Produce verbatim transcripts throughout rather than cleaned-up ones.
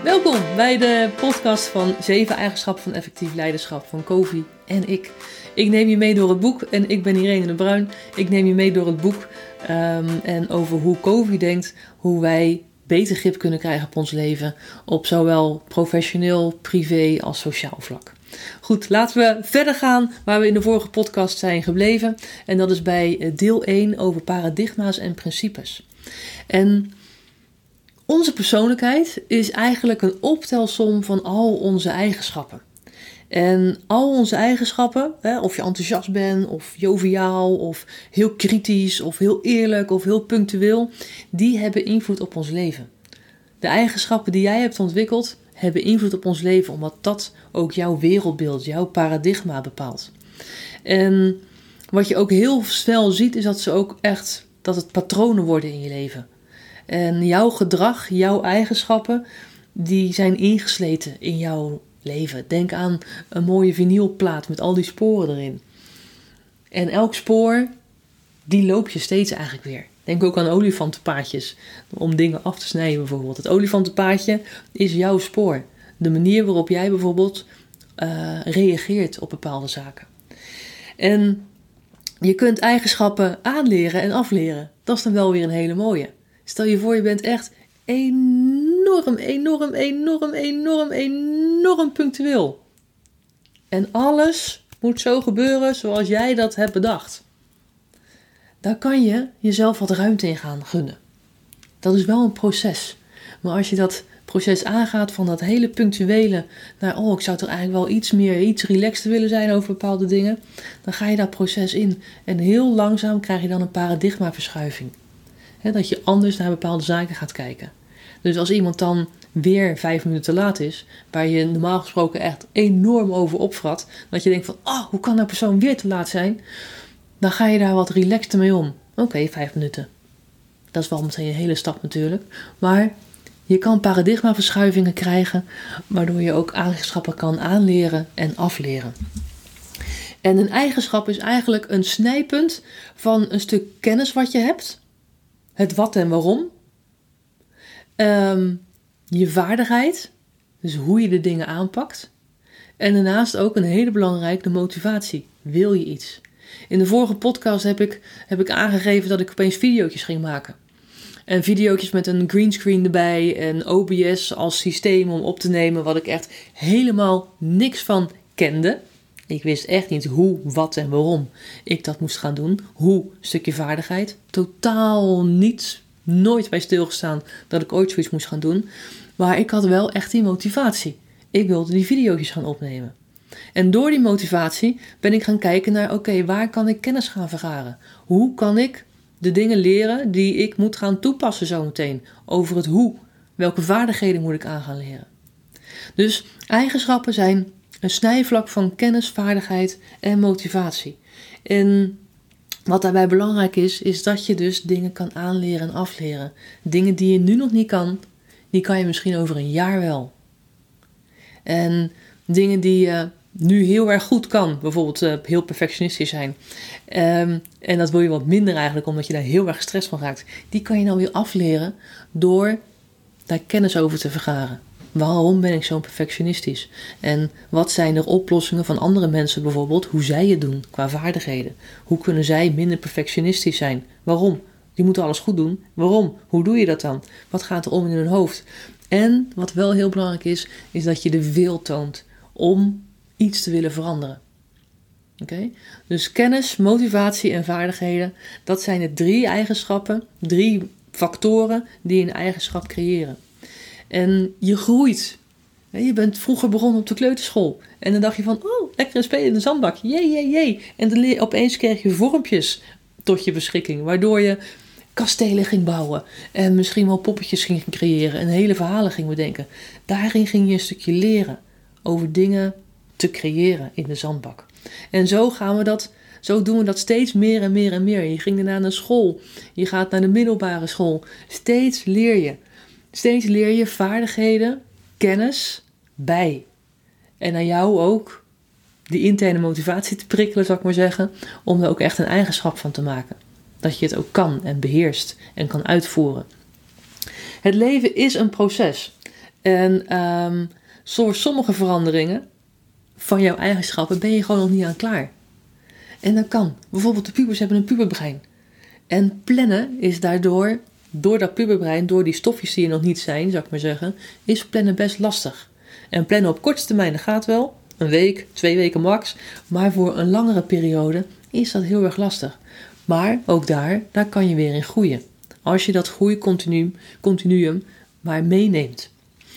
Welkom bij de podcast van zeven eigenschappen van effectief leiderschap van Covey en ik. Ik neem je mee door het boek en ik ben Irene de Bruin. Ik neem je mee door het boek um, en over hoe Covey denkt, hoe wij beter grip kunnen krijgen op ons leven. Op zowel professioneel, privé als sociaal vlak. Goed, laten we verder gaan waar we in de vorige podcast zijn gebleven. En dat is bij deel één over paradigma's en principes. En onze persoonlijkheid is eigenlijk een optelsom van al onze eigenschappen. En al onze eigenschappen, hè, of je enthousiast bent, of joviaal, of heel kritisch, of heel eerlijk, of heel punctueel, die hebben invloed op ons leven. De eigenschappen die jij hebt ontwikkeld, hebben invloed op ons leven, omdat dat ook jouw wereldbeeld, jouw paradigma bepaalt. En wat je ook heel snel ziet, is dat ze ook echt, dat het patronen worden in je leven. En jouw gedrag, jouw eigenschappen, die zijn ingesleten in jouw leven. Denk aan een mooie vinylplaat met al die sporen erin. En elk spoor, die loop je steeds eigenlijk weer. Denk ook aan olifantenpaadjes, om dingen af te snijden bijvoorbeeld. Het olifantenpaadje is jouw spoor. De manier waarop jij bijvoorbeeld uh, reageert op bepaalde zaken. En je kunt eigenschappen aanleren en afleren. Dat is dan wel weer een hele mooie. Stel je voor, je bent echt enorm, enorm, enorm, enorm, enorm punctueel. En alles moet zo gebeuren zoals jij dat hebt bedacht. Daar kan je jezelf wat ruimte in gaan gunnen. Dat is wel een proces. Maar als je dat proces aangaat van dat hele punctuele naar, oh, ik zou toch eigenlijk wel iets meer, iets relaxter willen zijn over bepaalde dingen. Dan ga je dat proces in. En heel langzaam krijg je dan een paradigmaverschuiving. He, dat je anders naar bepaalde zaken gaat kijken. Dus als iemand dan weer vijf minuten te laat is, waar je normaal gesproken echt enorm over opvrat, dat je denkt van, oh, hoe kan dat persoon weer te laat zijn? Dan ga je daar wat relaxter mee om. Oké, okay, vijf minuten. Dat is wel meteen een hele stap natuurlijk. Maar je kan paradigmaverschuivingen krijgen, waardoor je ook eigenschappen kan aanleren en afleren. En een eigenschap is eigenlijk een snijpunt van een stuk kennis wat je hebt. Het wat en waarom. Um, je vaardigheid. Dus hoe je de dingen aanpakt. En daarnaast ook een hele belangrijke motivatie. Wil je iets? In de vorige podcast heb ik, heb ik aangegeven dat ik opeens video's ging maken. En video's met een greenscreen erbij. En O B S als systeem om op te nemen. Wat ik echt helemaal niks van kende. Ik wist echt niet hoe, wat en waarom ik dat moest gaan doen. Hoe, stukje vaardigheid. Totaal niets, nooit bij stilgestaan dat ik ooit zoiets moest gaan doen. Maar ik had wel echt die motivatie. Ik wilde die video's gaan opnemen. En door die motivatie ben ik gaan kijken naar, oké, okay, waar kan ik kennis gaan vergaren? Hoe kan ik de dingen leren die ik moet gaan toepassen zometeen? Over het hoe. Welke vaardigheden moet ik aan gaan leren? Dus eigenschappen zijn een snijvlak van kennis, vaardigheid en motivatie. En wat daarbij belangrijk is, is dat je dus dingen kan aanleren en afleren. Dingen die je nu nog niet kan, die kan je misschien over een jaar wel. En dingen die je nu heel erg goed kan, bijvoorbeeld uh, heel perfectionistisch zijn. Um, en dat wil je wat minder eigenlijk, omdat je daar heel erg gestrest van raakt. Die kan je dan weer afleren door daar kennis over te vergaren. Waarom ben ik zo perfectionistisch? En wat zijn er oplossingen van andere mensen bijvoorbeeld? Hoe zij het doen qua vaardigheden? Hoe kunnen zij minder perfectionistisch zijn? Waarom? Je moet alles goed doen. Waarom? Hoe doe je dat dan? Wat gaat er om in hun hoofd? En wat wel heel belangrijk is, is dat je de wil toont om iets te willen veranderen. Oké? Okay? Dus kennis, motivatie en vaardigheden, dat zijn de drie eigenschappen, drie factoren die een eigenschap creëren. En je groeit. Je bent vroeger begonnen op de kleuterschool. En dan dacht je van, oh, lekker spelen in de zandbak. Jee, jee, jee. En dan leer, opeens kreeg je vormpjes tot je beschikking. Waardoor je kastelen ging bouwen. En misschien wel poppetjes ging creëren. En hele verhalen ging bedenken. Daarin ging je een stukje leren. Over dingen te creëren in de zandbak. En zo gaan we dat, zo doen we dat steeds meer en meer en meer. Je ging daarna naar school. Je gaat naar de middelbare school. Steeds leer je. Steeds leer je vaardigheden, kennis bij. En aan jou ook die interne motivatie te prikkelen, zal ik maar zeggen. Om er ook echt een eigenschap van te maken. Dat je het ook kan en beheerst en kan uitvoeren. Het leven is een proces. En um, voor sommige veranderingen van jouw eigenschappen ben je gewoon nog niet aan klaar. En dat kan. Bijvoorbeeld de pubers hebben een puberbrein. En plannen is daardoor, door dat puberbrein, door die stofjes die er nog niet zijn, zou ik maar zeggen, is plannen best lastig. En plannen op korte termijn, dat gaat wel. Een week, twee weken max. Maar voor een langere periode is dat heel erg lastig. Maar ook daar, daar kan je weer in groeien. Als je dat groeicontinuum continuum maar meeneemt.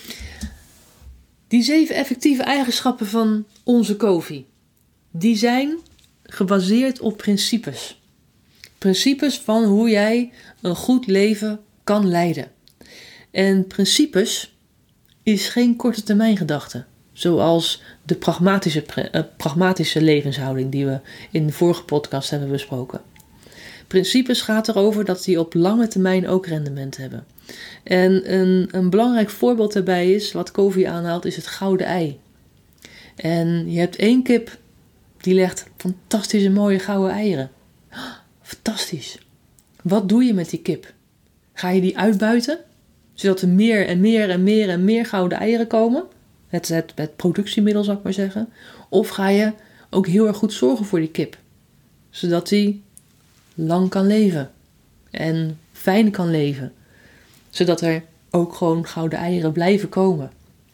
Die zeven effectieve eigenschappen van onze Covey, die zijn gebaseerd op principes. Principes van hoe jij een goed leven kan leiden. En principes is geen korte termijn gedachte. Zoals de pragmatische, uh, pragmatische levenshouding die we in de vorige podcast hebben besproken. Principes gaat erover dat die op lange termijn ook rendement hebben. En een, een belangrijk voorbeeld daarbij is, wat Covey aanhaalt, is het gouden ei. En je hebt één kip die legt fantastische mooie gouden eieren. Fantastisch. Wat doe je met die kip? Ga je die uitbuiten? Zodat er meer en meer en meer en meer gouden eieren komen? Het, het, het productiemiddel, zou ik maar zeggen. Of ga je ook heel erg goed zorgen voor die kip? Zodat die lang kan leven. En fijn kan leven. Zodat er ook gewoon gouden eieren blijven komen.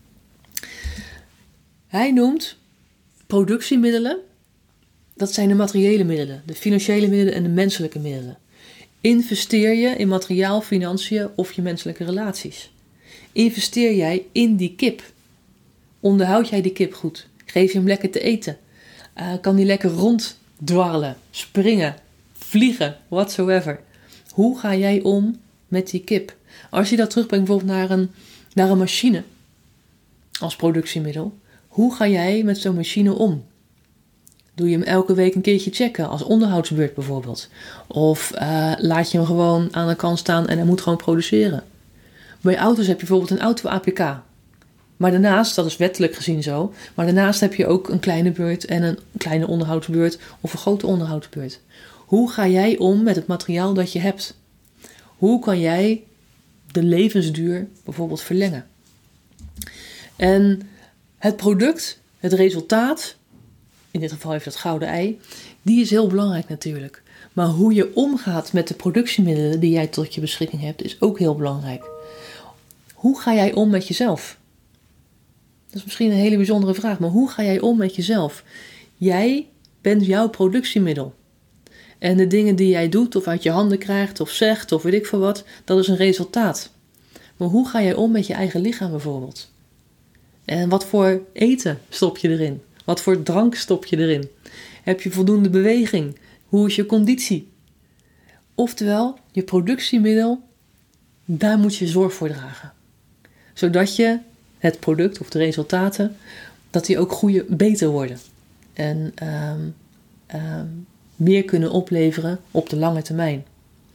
Hij noemt productiemiddelen, dat zijn de materiële middelen, de financiële middelen en de menselijke middelen. Investeer je in materiaal, financiën of je menselijke relaties? Investeer jij in die kip? Onderhoud jij die kip goed? Geef je hem lekker te eten? Uh, kan die lekker ronddwarrelen, springen, vliegen, whatsoever? Hoe ga jij om met die kip? Als je dat terugbrengt bijvoorbeeld naar een, naar een machine als productiemiddel, hoe ga jij met zo'n machine om? Doe je hem elke week een keertje checken, als onderhoudsbeurt bijvoorbeeld? Of uh, laat je hem gewoon aan de kant staan en hij moet gewoon produceren? Bij auto's heb je bijvoorbeeld een auto-A P K. Maar daarnaast, dat is wettelijk gezien zo, maar daarnaast heb je ook een kleine beurt en een kleine onderhoudsbeurt of een grote onderhoudsbeurt. Hoe ga jij om met het materiaal dat je hebt? Hoe kan jij de levensduur bijvoorbeeld verlengen? En het product, het resultaat, in dit geval heeft dat gouden ei, die is heel belangrijk natuurlijk. Maar hoe je omgaat met de productiemiddelen die jij tot je beschikking hebt, is ook heel belangrijk. Hoe ga jij om met jezelf? Dat is misschien een hele bijzondere vraag, maar hoe ga jij om met jezelf? Jij bent jouw productiemiddel. En de dingen die jij doet, of uit je handen krijgt, of zegt, of weet ik veel wat, dat is een resultaat. Maar hoe ga jij om met je eigen lichaam bijvoorbeeld? En wat voor eten stop je erin? Wat voor drank stop je erin? Heb je voldoende beweging? Hoe is je conditie? Oftewel, je productiemiddel, daar moet je zorg voor dragen. Zodat je het product of de resultaten, dat die ook goede, beter worden. En um, um, meer kunnen opleveren op de lange termijn.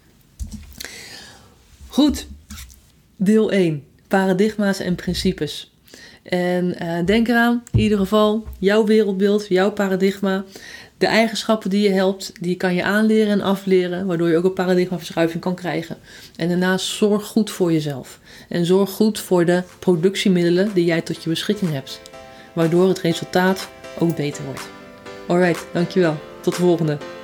Goed, deel één. Paradigma's en principes. En uh, denk eraan, in ieder geval, jouw wereldbeeld, jouw paradigma, de eigenschappen die je helpt, die kan je aanleren en afleren, waardoor je ook een paradigmaverschuiving kan krijgen. En daarnaast zorg goed voor jezelf. En zorg goed voor de productiemiddelen die jij tot je beschikking hebt. Waardoor het resultaat ook beter wordt. Alright, dankjewel. Tot de volgende.